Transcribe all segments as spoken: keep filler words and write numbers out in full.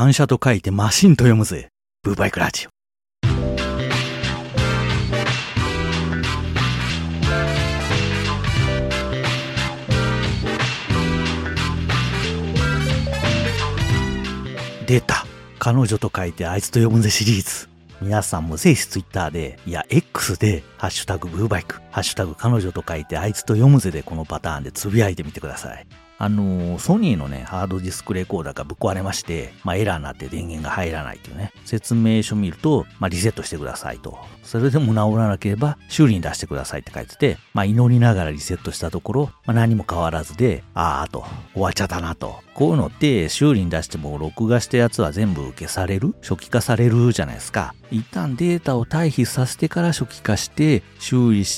単車と書いてマシンと読むぜ。ブーバイクラジオ。出た。彼女と書いてあいつと読むぜシリーズ。皆さんもぜひツイッターで、いや X で、ハッシュタグブーバイク、ハッシュタグ彼女と書いてあいつと読むぜでこのパターンでつぶやいてみてください。あのー、ソニーのね、ハードディスクレコーダーがぶっ壊れまして、まあエラーになって電源が入らないというね、説明書見ると、まあリセットしてくださいと。それでも治らなければ修理に出してくださいって書いてて、まあ祈りながらリセットしたところ、まあ何も変わらずで、あーと、終わっちゃったなと。こういうのって修理に出しても録画したやつは全部消される？初期化されるじゃないですか。一旦データを退避させてから初期化して、修理して、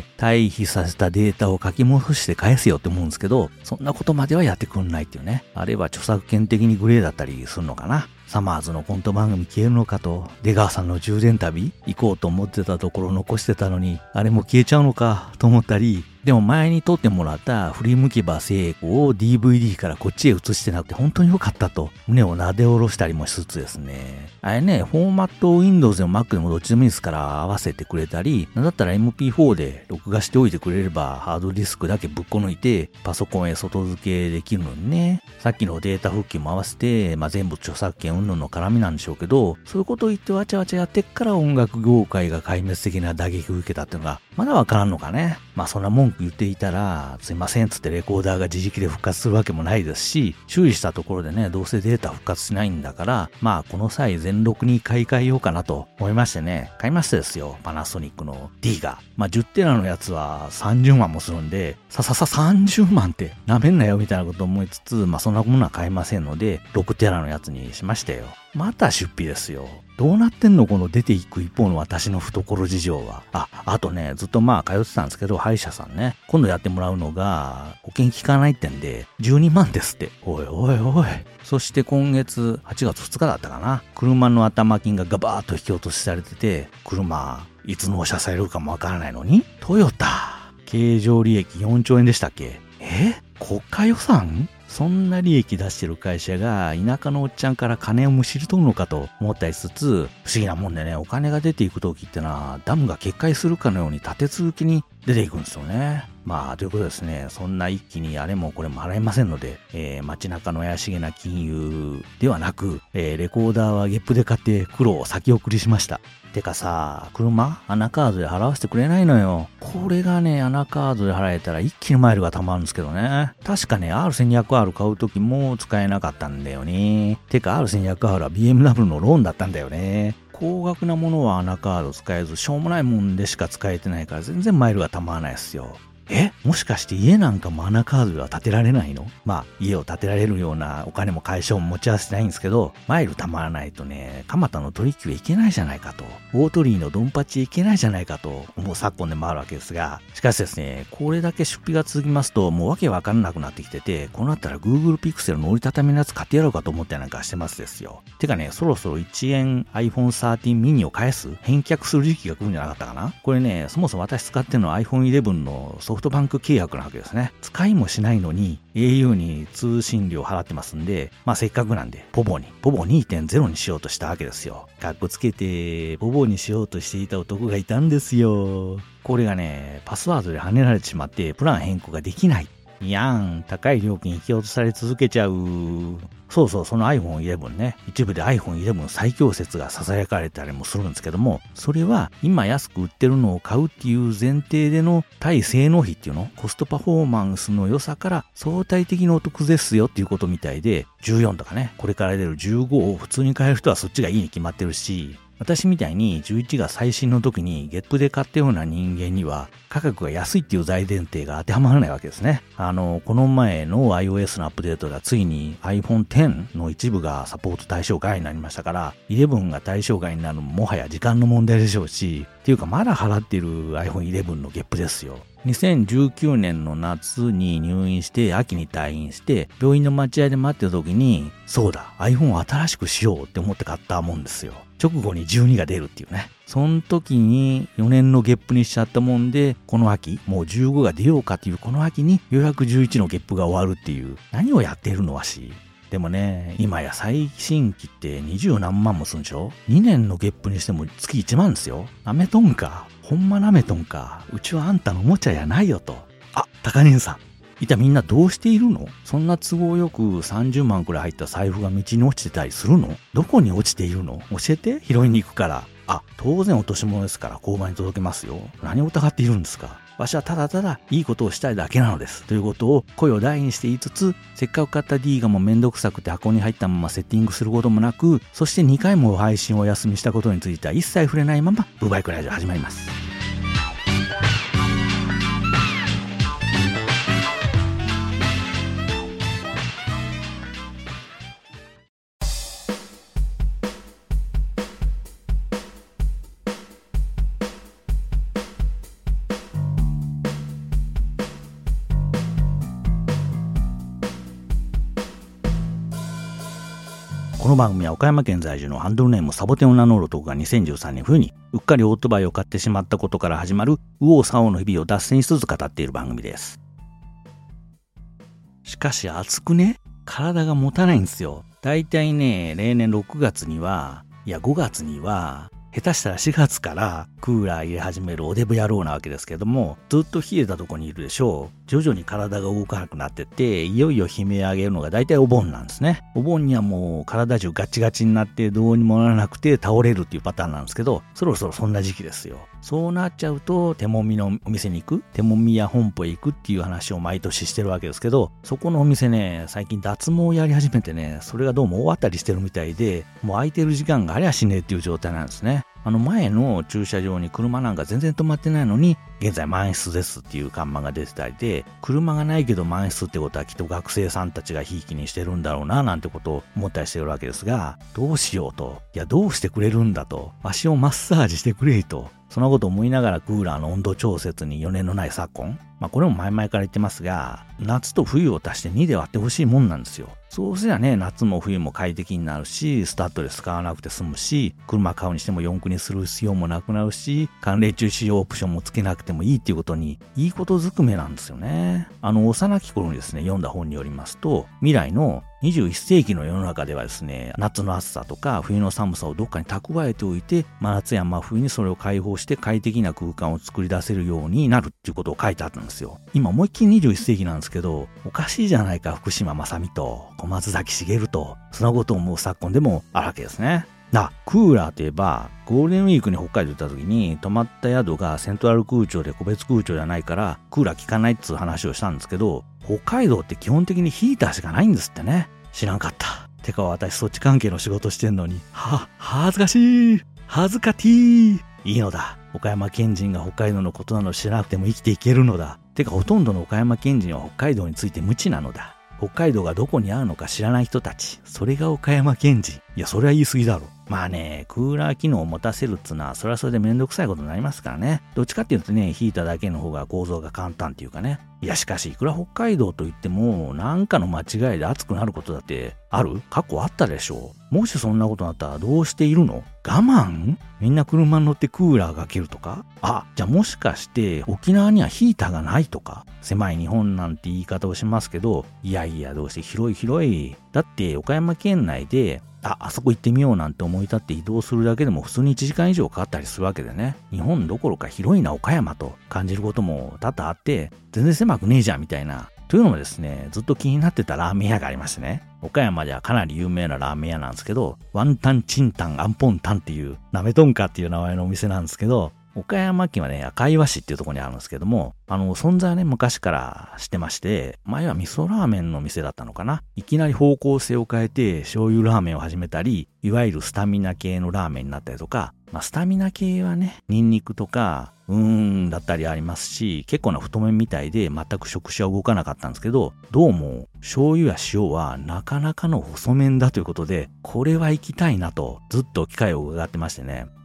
退避させたデータを書き戻して返せよって思うんですけど、そんなことまではやってくんないっていうね。あれは著作権的にグレーだったりするのかな。サマーズのコント番組消えるのかと、出川さんの充電旅行こうと思ってたところ残してたのに、あれも消えちゃうのかと思ったり、でも前に撮ってもらった振り向けば成功を ディーブイディー からこっちへ移してなくて本当に良かったと胸をなで下ろしたりもしつつですね。あれね、フォーマットを Windows でも Mac でもどっちでもいいですから合わせてくれたり、なんだったら エムピーフォー で録画しておいてくれればハードディスクだけぶっこ抜いてパソコンへ外付けできるのにね。さっきのデータ復旧も合わせて、まあ、全部著作権云々の絡みなんでしょうけど、そういうことを言ってわちゃわちゃやってっから音楽業界が壊滅的な打撃を受けたっていうのがまだわからんのかね。まあそんな文句言っていたら、すいませんっつってレコーダーが自力で復活するわけもないですし、修理したところでね、どうせデータ復活しないんだから、まあこの際全録に買い替えようかなと思いましてね、買いましたですよ、パナソニックの D が。まあじゅうテラのやつはさんじゅうまんもするんで、ささささんじゅうまんってなめんなよみたいなこと思いつつ、まあそんなものは買えませんので、ろくテラのやつにしましたよ。また出費ですよ。どうなってんのこの出ていく一方の私の懐事情は。あ、あとね、ずっとまあ通ってたんですけど、歯医者さんね。今度やってもらうのが、保険効かないってんで、じゅうにまんですって。おいおいおい。そして今月、はちがつふつかだったかな。車の頭金がガバーッと引き落としされてて、車、いつ納車されるかもわからないのに、トヨタ、経常利益よんちょうえんでしたっけ？え？国家予算？そんな利益出してる会社が田舎のおっちゃんから金をむしり取るのかと思ったりしつつ、不思議なもんでね、お金が出ていく時ってのはダムが決壊するかのように立て続けに出ていくんですよね。まあということですね、そんな一気にあれもこれも払えませんので、えー、街中の怪しげな金融ではなく、えー、レコーダーはゲップで買って苦労を先送りしました。てかさ、車アナカードで払わせてくれないのよ。これがね、アナカードで払えたら一気にマイルが貯まるんですけどね。確かね、アールせんにひゃくアール 買うときも使えなかったんだよね。てか アールせんにひゃくアール は ビーエムダブリュー のローンだったんだよね。高額なものはアナカード使えず、しょうもないもんでしか使えてないから全然マイルが貯まらないですよ。え？もしかして家なんかもアナカードでは建てられないの？まあ家を建てられるようなお金も会社も持ち合わせてないんですけど、マイル貯まらないとね、蒲田の取引へ行けないじゃないかと、大鳥居のドンパチへ行けないじゃないかと思う昨今でもあるわけですが、しかしですね、これだけ出費が続きますともうわけわかんなくなってきてて、こうなったら Google Pixel の折りたたみのやつ買ってやろうかと思ってなんかしてますですよ。てかね、そろそろいちえん アイフォンサーティーン mini を返す返却する時期が来るんじゃなかったかな。これね、そもそも私使ってるのは アイフォンイレブン のソフトバンク契約なわけですね。使いもしないのに エーユー に通信料払ってますんで、まあせっかくなんでポボにポボ にてんゼロ にしようとしたわけですよ。かっこつけてポボにしようとしていた男がいたんですよ。これがね、パスワードで跳ねられてしまってプラン変更ができない。いやん、高い料金引き落とされ続けちゃう。そうそう、その アイフォンイレブン ね、一部で アイフォンイレブン 最強説が囁かれたりもするんですけども、それは今安く売ってるのを買うっていう前提での対性能比っていうの、コストパフォーマンスの良さから相対的にお得ですよっていうことみたいで、じゅうよんとかね、これから出るじゅうごを普通に買える人はそっちがいいに決まってるし、私みたいにじゅういちが最新の時にゲップで買ったような人間には価格が安いっていう大前提が当てはまらないわけですね。あの、この前の iOS のアップデートがついに アイフォンテン の一部がサポート対象外になりましたから、イレブンが対象外になるのももはや時間の問題でしょうし、っていうかまだ払っている アイフォンイレブン のゲップですよ。にせんじゅうきゅうねんの夏に入院して秋に退院して病院の待合で待ってる時に、そうだ iPhone を新しくしようって思って買ったもんですよ。直後にじゅうにが出るっていうね。その時によねんのゲップにしちゃったもんで、この秋もうじゅうごが出ようかっていうこの秋にようやくじゅういちのゲップが終わるっていう、何をやっているのわし。 でもね、今や最新機って二十何万もするんでしょ？ に 年のゲップにしても月いちまんですよ。なめとんか？ほんまなめとんか？うちはあんたのおもちゃやないよと。あ、高人さん。一体みんなどうしているの？そんな都合よくさんじゅうまんくらい入った財布が道に落ちてたりするの？どこに落ちているの？教えて、拾いに行くから。あ、当然落とし物ですから交番に届けますよ。何を疑っているんですか？わしはただただいいことをしたいだけなのです。ということを声を大にして言いつつ、せっかく買った D がもうめんどくさくて箱に入ったままセッティングすることもなく、そしてにかいも配信をお休みしたことについては一切触れないまま、ブーバイクラジオ始まります。この番組は岡山県在住のハンドルネームサボテンを名乗る男がにせんじゅうさんねん冬にうっかりオートバイを買ってしまったことから始まる右往左往の日々を脱線しつつ語っている番組です。しかし暑くね、体が持たないんですよ。だいたいね、例年ろくがつには、いやごがつには、下手したらしがつからクーラー入れ始めるおデブ野郎なわけですけども、ずっと冷えたとこにいるでしょう。徐々に体が動かなくなってって、いよいよ悲鳴上げるのが大体お盆なんですね。お盆にはもう体中ガチガチになってどうにもならなくて倒れるっていうパターンなんですけど、そろそろそんな時期ですよ。そうなっちゃうと手もみのお店に行く、手もみや本舗へ行くっていう話を毎年してるわけですけど、そこのお店ね、最近脱毛をやり始めてね、それがどうも大当たりしてるみたいで、もう空いてる時間がありゃしねえっていう状態なんですね。あの前の駐車場に車なんか全然止まってないのに、現在満室ですっていう看板が出てたりで、車がないけど満室ってことはきっと学生さんたちがひいきにしてるんだろうななんてことを思ったりしてるわけですが、どうしようと。いや、どうしてくれるんだと。足をマッサージしてくれと。そんなこと思いながらクーラーの温度調節に余念のない昨今。まあこれも前々から言ってますが、夏と冬を足してにで割ってほしいもんなんですよ。そうすりゃね、夏も冬も快適になるし、スタッドレス使わなくて済むし、車買うにしても四駆にする必要もなくなるし、寒冷中止用オプションもつけなくてもいいっていうことに、いいことずくめなんですよね。あの、幼き頃にですね、読んだ本によりますと、未来のにじゅういっせいきの世の中ではですね、夏の暑さとか冬の寒さをどっかに蓄えておいて、真夏や真冬にそれを解放して快適な空間を作り出せるようになるっていうことを書いてあったんですよ。今思いっきりにじゅういっせいきなんですけど、おかしいじゃないか、福島正美と小松崎茂と、そんなことを思う昨今でもあるわけですね。あ、クーラーといえば、ゴールデンウィークに北海道行った時に泊まった宿がセントラル空調で個別空調じゃないからクーラー効かないっつう話をしたんですけど、北海道って基本的にヒーターしかないんですってね。知らんかった。てか私そっち関係の仕事してんのに、は、恥ずかしい。恥ずかてぃ。いいのだ。岡山県人が北海道のことなど知らなくても生きていけるのだ。てかほとんどの岡山県人は北海道について無知なのだ。北海道がどこにあるのか知らない人たち。それが岡山県人。いや、それは言い過ぎだろ。まあね、クーラー機能を持たせるっつうのは、それはそれでめんどくさいことになりますからね。どっちかっていうとね、ヒーターだけの方が構造が簡単っていうかね。いや、しかし、いくら北海道といっても、なんかの間違いで暑くなることだってある？過去あったでしょう。もしそんなことになったらどうしているの？我慢？みんな車に乗ってクーラーがけるとか？あ、じゃあもしかして沖縄にはヒーターがないとか？狭い日本なんて言い方をしますけど、いやいや、どうして広い広い。だって岡山県内で、あ、あそこ行ってみようなんて思い立って移動するだけでも普通にいちじかん以上かかったりするわけでね。日本どころか広いな岡山と感じることも多々あって、全然狭くねえじゃんみたいな。というのもですね、ずっと気になってたラーメン屋がありましてね。岡山ではかなり有名なラーメン屋なんですけど、ワンタンチンタンアンポンタンっていうなめとんかっていう名前のお店なんですけど、岡山県はね、赤岩市っていうところにあるんですけども、あの、存在はね、昔からしてまして、前は味噌ラーメンの店だったのかな。いきなり方向性を変えて、醤油ラーメンを始めたり、いわゆるスタミナ系のラーメンになったりとか、まあ、スタミナ系はね、ニンニクとか、うーんだったりありますし、結構な太麺みたいで全く食指は動かなかったんですけど、どうも醤油や塩はなかなかの細麺だということで、これは行きたいなとずっと機会を伺ってましてね。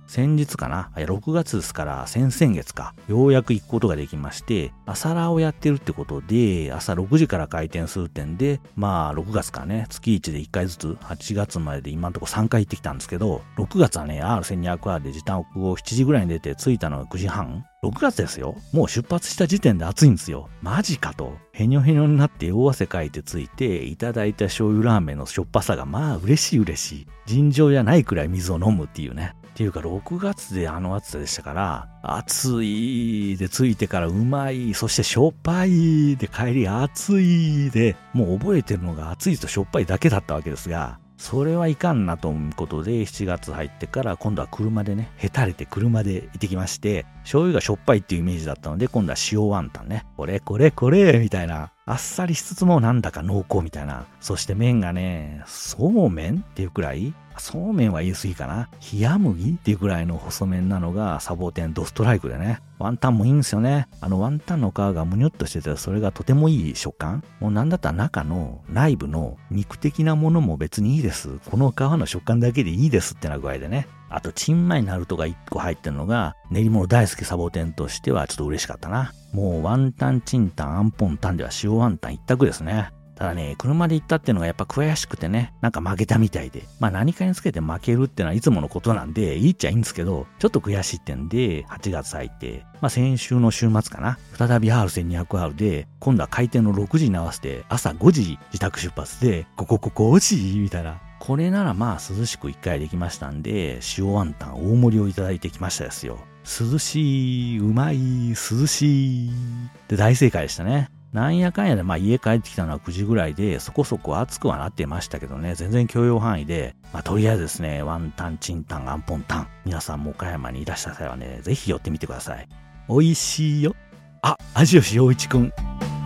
先日かな、ろくがつですから先々月か、ようやく行くことができまして、朝ラーをやってるってことで、朝ろくじから開店する点で、まあろくがつからね、月いちでいっかいずつ、はちがつまでで今のところさんかい行ってきたんですけど、ろくがつはね、アールせんにひゃくアール で時短後しちじぐらいに出て着いたのがくじはん。ろくがつですよ。もう出発した時点で暑いんですよ。マジかと。へにょへにょになって大汗かいて着いて、いただいた醤油ラーメンのしょっぱさがまあ嬉しい嬉しい。尋常じゃないくらい水を飲むっていうね。っていうかろくがつであの暑さでしたから、暑いで着いてからうまい、そしてしょっぱいで帰り暑いで、もう覚えてるのが暑いとしょっぱいだけだったわけですが、それはいかんなということで、しちがつ入ってから今度は車でね、へたれて車で行ってきまして、醤油がしょっぱいっていうイメージだったので、今度は塩ワンタンね。これこれこれみたいな。あっさりしつつもなんだか濃厚みたいな。そして麺がね、そうめんっていうくらい、そうめんは言い過ぎかな。冷麦っていうくらいの細麺なのがサボテンドストライクでね。ワンタンもいいんですよね。あのワンタンの皮がむにゅっとしてて、それがとてもいい食感。もうなんだったら中の内部の肉的なものも別にいいです。この皮の食感だけでいいですってな具合でね。あと、チンマイナルトがいっこ入ってるのが、練り物大好きサボテンとしてはちょっと嬉しかったな。もうワンタン、チンタン、アンポンタンでは塩ワンタン一択ですね。ただね、車で行ったっていうのがやっぱ悔しくてね、なんか負けたみたいで。まあ何かにつけて負けるってのはいつものことなんで、いいっちゃいいんですけど、ちょっと悔しいってんで、はちがつ入って、まあ先週の週末かな、再び アールせんにひゃくアール で、今度は開店のろくじに合わせて、朝ごじ自宅出発で、ここここごじみたいな。これならまあ涼しく一回できましたんで、塩ワンタン大盛りをいただいてきましたですよ。涼しい、うまい、涼しい。で大正解でしたね。なんやかんやでまあ家帰ってきたのはくじぐらいで、そこそこ暑くはなってましたけどね、全然許容範囲で、まあとりあえずですね、ワンタン、チンタン、アンポンタン。皆さんも岡山にいらした際はね、ぜひ寄ってみてください。美味しいよ。あ、味吉陽一くん。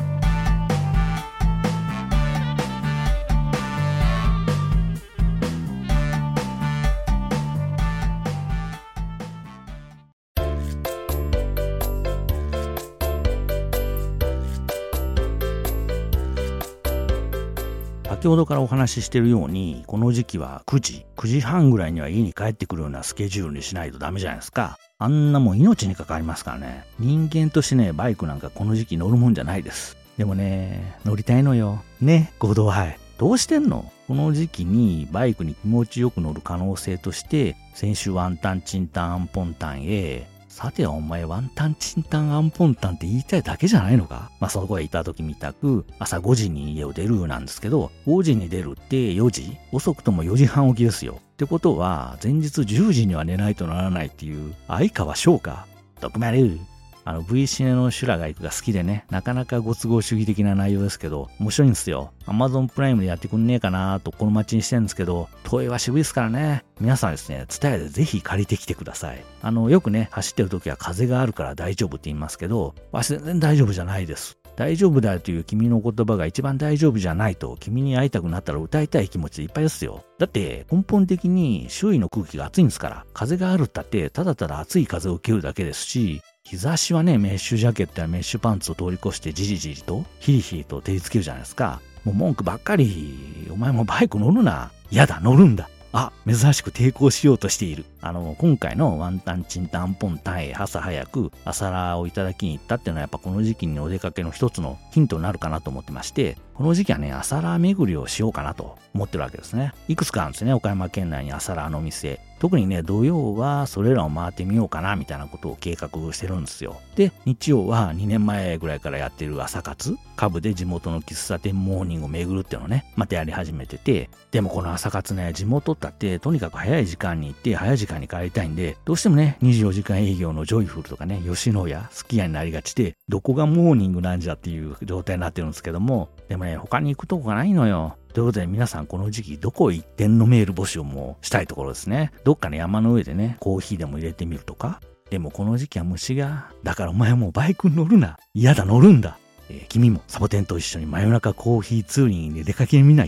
先ほどからお話ししているように、この時期はくじ、くじはんぐらいには家に帰ってくるようなスケジュールにしないとダメじゃないですか。あんなもん命に関わりますからね。人間としてね、バイクなんかこの時期乗るもんじゃないです。でもね、乗りたいのよ。ね、合同杯。どうしてんの？この時期にバイクに気持ちよく乗る可能性として、先週ワンタン、チンタン、アンポンタンへ、さてはお前ワンタンチンタンアンポンタンって言いたいだけじゃないのか？まあそこへ行った時みたく朝ごじに家を出るなんですけど、ごじに出るってよじ？遅くともよじはん起きですよ。ってことは前日じゅうじには寝ないとならないっていう相川翔か。徳丸。あの V シネの修羅が行くが好きでね、なかなかご都合主義的な内容ですけど、面白いんですよ。Amazon プライムでやってくんねえかなとこの街にしてるんですけど、都営は渋いですからね。皆さんですね、ツタヤでぜひ借りてきてください。あの、よくね、走ってる時は風があるから大丈夫って言いますけど、わし全然大丈夫じゃないです。大丈夫だよという君の言葉が一番大丈夫じゃないと、君に会いたくなったら歌いたい気持ちでいっぱいですよ。だって根本的に周囲の空気が暑いんですから、風があるったってただただ暑い風を受けるだけですし、日差しはね、メッシュジャケットやメッシュパンツを通り越してじりじりとヒリヒリと照りつけるじゃないですか。もう文句ばっかり。お前もバイク乗るな。やだ、乗るんだ。あ、珍しく抵抗しようとしている。あの、今回のワンタンチンタンポンタンへ朝早く朝ラーをいただきに行ったっていうのはやっぱこの時期にお出かけの一つのヒントになるかなと思ってまして、この時期はね、朝ラー巡りをしようかなと思ってるわけですね。いくつかあるんですね、岡山県内に朝ラーのお店。特にね、土曜はそれらを回ってみようかなみたいなことを計画してるんですよ。で、日曜はにねんまえぐらいからやってる朝活、株で地元の喫茶店モーニングを巡るっていうのをね、またやり始めてて、でもこの朝活ね、地元だってとにかく早い時間に行って早い時間に帰りたいんで、どうしてもね、にじゅうよじかん営業のジョイフルとかね、吉野家、すき家になりがちで、どこがモーニングなんじゃっていう状態になってるんですけども、でもね、他に行くとこがないのよ。ということで皆さんこの時期どこ一点のメール募集もしたいところですね。どっかの山の上でね、コーヒーでも入れてみるとか。でもこの時期は虫が、だからお前もうバイクに乗るな。嫌だ、乗るんだ。えー、君もサボテンと一緒に真夜中コーヒーツーリングで出かけてみないか？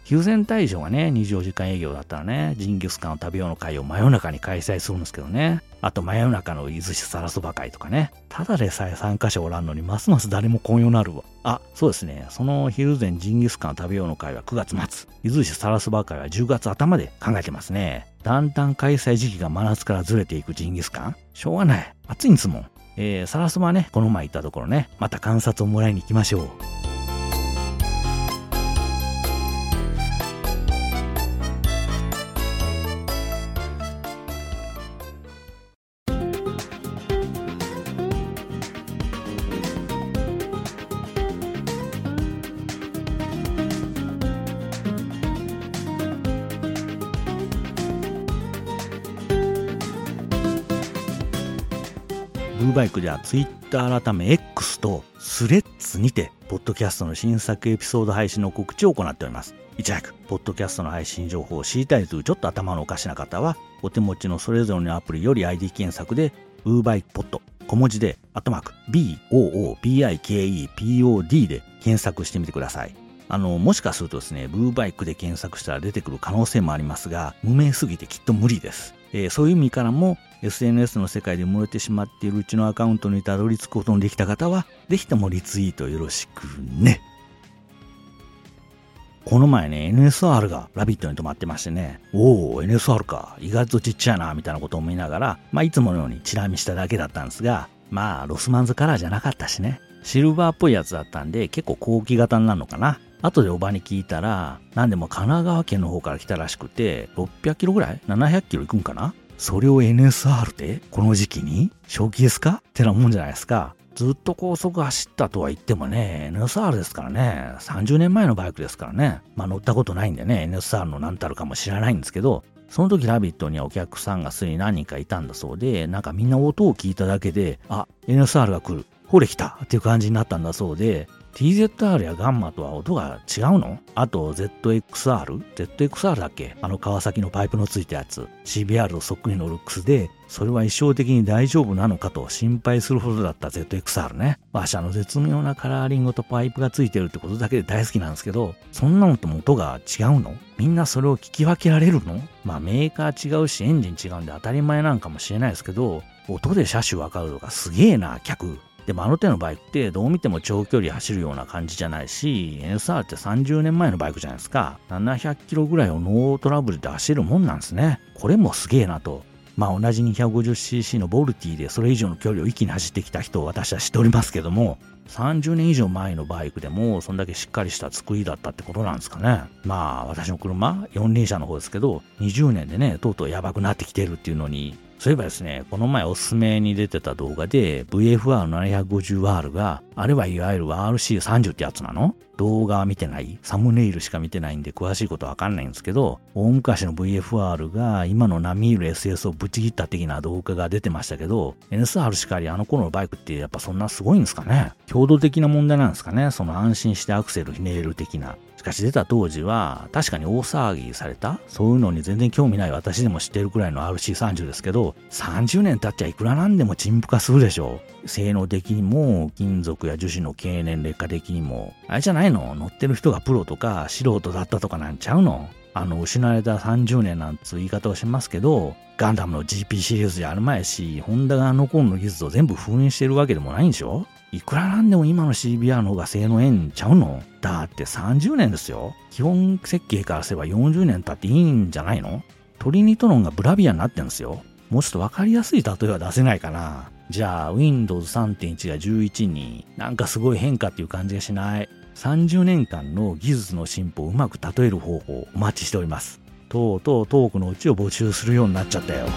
休戦大将がね、にじゅうよじかん営業だったらね、ジンギスカンを食べようの会を真夜中に開催するんですけどね。あと真夜中の伊豆市さらそば会とかね。ただでさえ参加者おらんのに、ますます誰も来んようになるわ。あ、そうですね。その昼前ジンギスカンを食べようの会はくがつまつ。伊豆市さらそば会はじゅうがつあたまで考えてますね。だんだん開催時期が真夏からずれていくジンギスカン。しょうがない。暑いんですもん。えー、さらそばはね、この前行ったところね、また観察をもらいに行きましょう。ブーバイクではツイッター改め X とスレッズにてポッドキャストの新作エピソード配信の告知を行っております。いち早くポッドキャストの配信情報を知りたいというちょっと頭のおかしな方は、お手持ちのそれぞれのアプリより アイディー 検索でブーバイクポッド小文字でアットマーク ビーオーオービーアイケーイーピーオーディー で検索してみてください。あのもしかするとですね、ブーバイクで検索したら出てくる可能性もありますが、無名すぎてきっと無理です。えー、そういう意味からも エスエヌエス の世界で漏れてしまっているうちのアカウントにたどり着くことのできた方は、ぜひともリツイートよろしくね。この前ね、エヌエスアール がラビットに止まってましてね、おー エヌエスアール か、意外とちっちゃいなみたいなことを思いながら、まあいつものようにチラ見しただけだったんですが、まあロスマンズカラーじゃなかったしね、シルバーっぽいやつだったんで結構後期型になるのかな。後でおばに聞いたら、なんでも神奈川県の方から来たらしくて、ろっぴゃくキロぐらい ?ななひゃくキロ行くんかな。それを エヌエスアール でこの時期に正気ですかってなもんじゃないですか。ずっと高速走ったとは言ってもね、エヌエスアール ですからね、さんじゅうねんまえのバイクですからね。まあ乗ったことないんでね、エヌエスアール の何たるかも知らないんですけど、その時ラビットにはお客さんがすでに何人かいたんだそうで、なんかみんな音を聞いただけで、あ、エヌエスアール が来る。ほれ来たっていう感じになったんだそうで、ティーゼットアール やガンマとは音が違うの？あと ゼットエックスアール？ ゼットエックスアール だっけ？あの川崎のパイプのついたやつ。シービーアール とそっくりのルックスで、それは一生的に大丈夫なのかと心配するほどだった ゼットエックスアール ね。馬車の絶妙なカラーリングとパイプがついてるってことだけで大好きなんですけど、そんなのとも音が違うの？みんなそれを聞き分けられるの？まあメーカー違うしエンジン違うんで当たり前なんかもしれないですけど、音で車種わかるとかすげえな、客。でもあの手のバイクってどう見ても長距離走るような感じじゃないし、エヌエスアール ってさんじゅうねんまえのバイクじゃないですか。ななひゃくキロぐらいをノートラブルで走るもんなんですね。これもすげえなと。まあ同じ にひゃくごじゅっシーシー のボルティでそれ以上の距離を一気に走ってきた人を私は知っておりますけども、さんじゅうねん以上前のバイクでもそんだけしっかりした作りだったってことなんですかね。まあ私の車四輪車の方ですけど、にじゅうねんでねとうとうやばくなってきてるっていうのに、そういえばですね、この前おすすめに出てた動画で ブイエフアールななひゃくごじゅうアール が、あれはいわゆる アールシーさんじゅう ってやつなの？動画は見てない？サムネイルしか見てないんで詳しいことわかんないんですけど、大昔の ブイエフアール が今の並みいる エスエス をぶち切った的な動画が出てましたけど、エヌエスアール しかりあの頃のバイクってやっぱそんなすごいんですかね？強度的な問題なんですかね？その安心してアクセルひねれる的な。しかし出た当時は確かに大騒ぎされた、そういうのに全然興味ない私でも知ってるくらいの アールシーさんじゅう ですけど、さんじゅうねん経っちゃいくらなんでも陳腐化するでしょう。性能的にも金属や樹脂の経年劣化的にも。あれじゃないの？乗ってる人がプロとか素人だったとかなんちゃうの？あの失われたさんじゅうねんなんつう言い方をしますけど、ガンダムの ジーピー シリーズじゃあるまいし、ホンダがあの頃の技術を全部封印してるわけでもないんでしょ？いくらなんでも今の シービーアール の方が性能ええんちゃうの？だってさんじゅうねんですよ。基本設計からすればよんじゅうねん経っていいんじゃないの？トリニトロンがブラビアになってんですよ。もうちょっとわかりやすい例えは出せないかな。じゃあ ウィンドウズさんてんいち がじゅういちになんかすごい変化っていう感じがしない。さんじゅうねんかんの技術の進歩をうまく例える方法をお待ちしております。とうとうトークのうちを募集するようになっちゃったよ。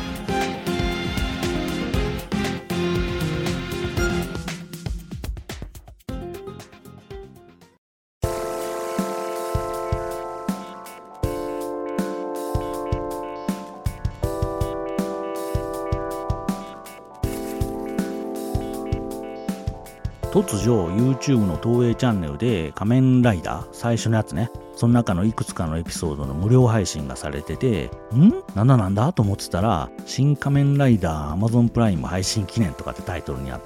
突如 YouTube の東映チャンネルで仮面ライダー最初のやつね、その中のいくつかのエピソードの無料配信がされてて、んなんだなんだと思ってたら、新仮面ライダー Amazon プライム配信記念とかってタイトルにあって、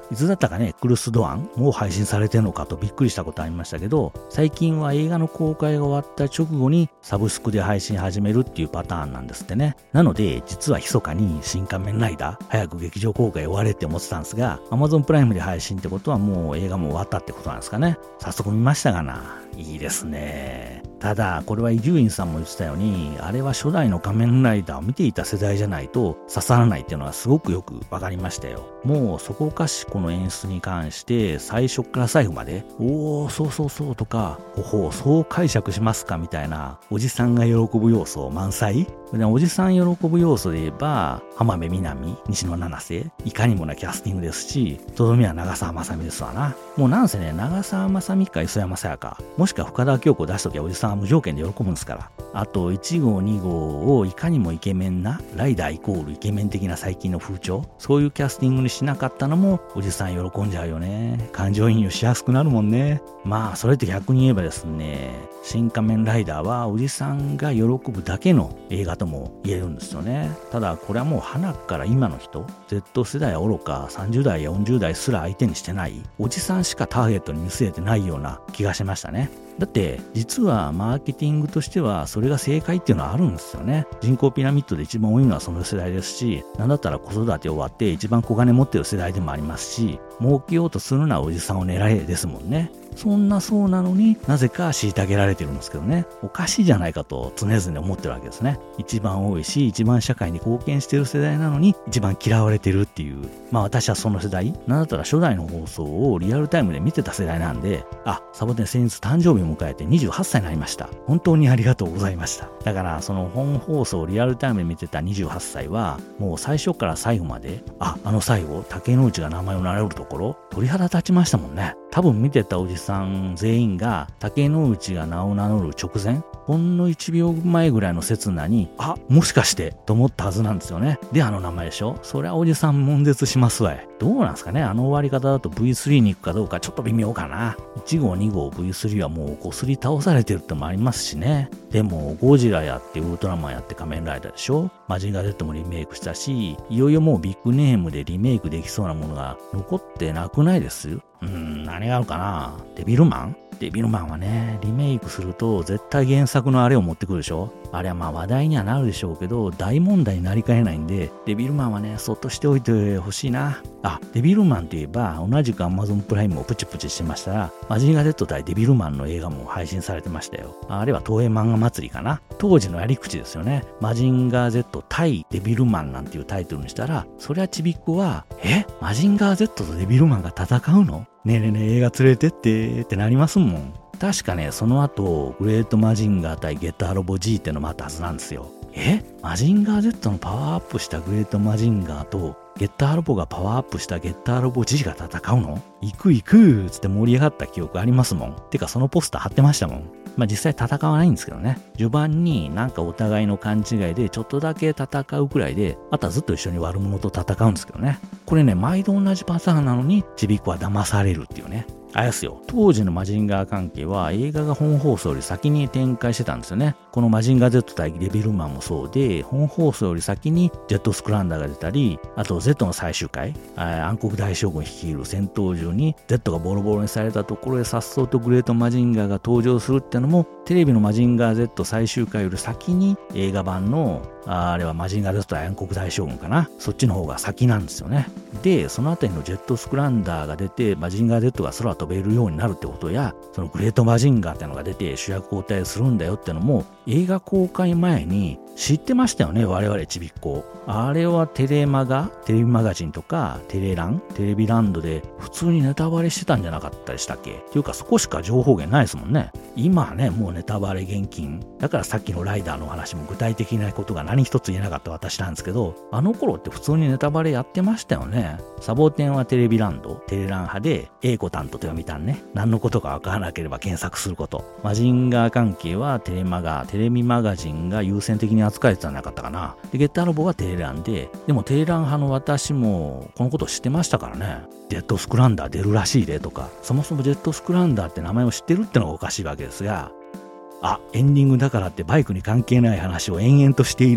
いつだったかね、クルス・ドアンもう配信されてるのかとびっくりしたことありましたけど、最近は映画の公開が終わった直後にサブスクで配信始めるっていうパターンなんですってね。なので、実は密かに新仮面ライダー、早く劇場公開終われって思ってたんですが、Amazon プライムで配信ってことはもう映画も終わったってことなんですかね。早速見ましたがな。いいですね。ただ、これは伊集院さんも言ってたように、あれは初代の仮面ライダーを見ていた世代じゃないと刺さらないっていうのはすごくよくわかりましたよ。もうそこかしこの演出に関して最初から最後まで、おー、そうそうそうとか、ほほう、そう解釈しますかみたいな、おじさんが喜ぶ要素満載。おじさん喜ぶ要素で言えば、浜辺美波、西野七瀬、いかにもなキャスティングですし、とどめは長澤まさみですわな。もうなんせね、長澤まさみか磯山さやか、もしくは深田恭子出しときゃおじさんは無条件で喜ぶんですから。あと、いち号、に号をいかにもイケメンな、ライダーイコールイケメン的な最近の風潮、そういうキャスティングにしなかったのも、おじさん喜んじゃうよね。感情移入しやすくなるもんね。まあ、それって逆に言えばですね、新仮面ライダーはおじさんが喜ぶだけの映画とも言えるんですよね。ただこれはもう花から今の人、Z 世代はおろかさんじゅう代やよんじゅう代すら相手にしてないおじさんしかターゲットに見据えてないような気がしましたね。だって実はマーケティングとしてはそれが正解っていうのはあるんですよね。人口ピラミッドで一番多いのはその世代ですし、なんだったら子育て終わって一番小金持ってる世代でもありますし、儲けようとするのはおじさんを狙えですもんね。そんなそうなのになぜか虐げられてるんですけどね。おかしいじゃないかと常々思ってるわけですね。一番多いし一番社会に貢献してる世代なのに一番嫌われてるっていう。まあ私はその世代、なんだったら初代の放送をリアルタイムで見てた世代なんで、あ、サボテン先日誕生日を迎えてにじゅうはっさいになりました。本当にありがとうございました。だからその本放送をリアルタイムで見てたにじゅうはっさいはもう最初から最後まで、あ、あの最後竹之内が名前を名乗るところ鳥肌立ちましたもんね。多分見てたおじさん全員が竹之内が名を名乗る直前、ほんのいちびょうまえぐらいの刹那に、あ、もしかしてと思ったはずなんですよね。で、あの名前でしょ。そりゃおじさん悶絶しますわい。どうなんですかね。あの終わり方だと ブイスリー に行くかどうかちょっと微妙かな。いち号に号 ブイスリー はもうこすり倒されてるってのもありますしね。でもゴジラやってウルトラマンやって仮面ライダーでしょ。マジンガー Z もリメイクしたし、いよいよもうビッグネームでリメイクできそうなものが残ってなくないです？うーん、何があるかな。デビルマン？デビルマンはね、リメイクすると絶対原作のあれを持ってくるでしょ。あれはまあ話題にはなるでしょうけど、大問題になりかねないんで、デビルマンはね、そっとしておいてほしいな。あ、デビルマンといえば、同じく Amazon プライムをプチプチしてましたら、マジンガー Z 対デビルマンの映画も配信されてましたよ。あれは東映漫画祭りかな。当時のやり口ですよね。マジンガー Z 対デビルマンなんていうタイトルにしたら、そりゃちびっこは、え？マジンガー Z とデビルマンが戦うの？ねえねえねえ映画連れてってってなりますもん。確かね、その後、グレートマジンガー対ゲッターロボ G ってのもあったはずなんですよ。え？マジンガー Z のパワーアップしたグレートマジンガーと、ゲッターロボがパワーアップしたゲッターロボ G が戦うの？行く行くつって盛り上がった記憶ありますもん。てかそのポスター貼ってましたもん。まあ実際戦わないんですけどね。序盤になんかお互いの勘違いでちょっとだけ戦うくらいで、あとはずっと一緒に悪者と戦うんですけどね。これね、毎度同じパターンなのに、ちびっこは騙されるっていうね。あれですよ。当時のマジンガー関係は映画が本放送より先に展開してたんですよね。このマジンガー Z 対デビルマンもそうで、本放送より先にジェットスクランダーが出たり、あと Z の最終回、暗黒大将軍率いる戦闘中に Z がボロボロにされたところで颯爽とグレートマジンガーが登場するってのも、テレビのマジンガー Z 最終回より先に映画版のあれはマジンガー Z 対暗黒大将軍かな。そっちの方が先なんですよね。で、そのあたりのジェットスクランダーが出て、マジンガー Z が空飛べるようになるってことや、そのグレートマジンガーってのが出て主役交代するんだよってのも、映画公開前に知ってましたよね、我々ちびっこ。あれはテレマガ、テレビマガジンとか、テレラン、テレビランドで普通にネタバレしてたんじゃなかったでしたっけ？っていうかそこしか情報源ないですもんね。今はね、もうネタバレ厳禁。だからさっきのライダーの話も具体的なことが何一つ言えなかった私なんですけど、あの頃って普通にネタバレやってましたよね。サボテンはテレビランド、テレラン派で、英子担当と読みたんね。何のことかわからなければ検索すること。マジンガー関係はテレマガ、テレビマガジンが優先的に扱えてたんじゃなかったかな。で、ゲッターロボはテレランで、でもテレラン派の私もこのこと知ってましたからね。ジェットスクランダー出るらしいでとか、そもそもジェットスクランダーって名前を知ってるってのがおかしいわけですが、あ、エンディングだからってバイクに関係ない話を延々としている。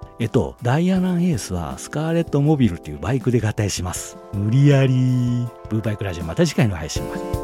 えっと、ダイアナンエースはスカーレットモビルっていうバイクで合体します。無理やり。ブーバイクラジオまた次回の配信まで。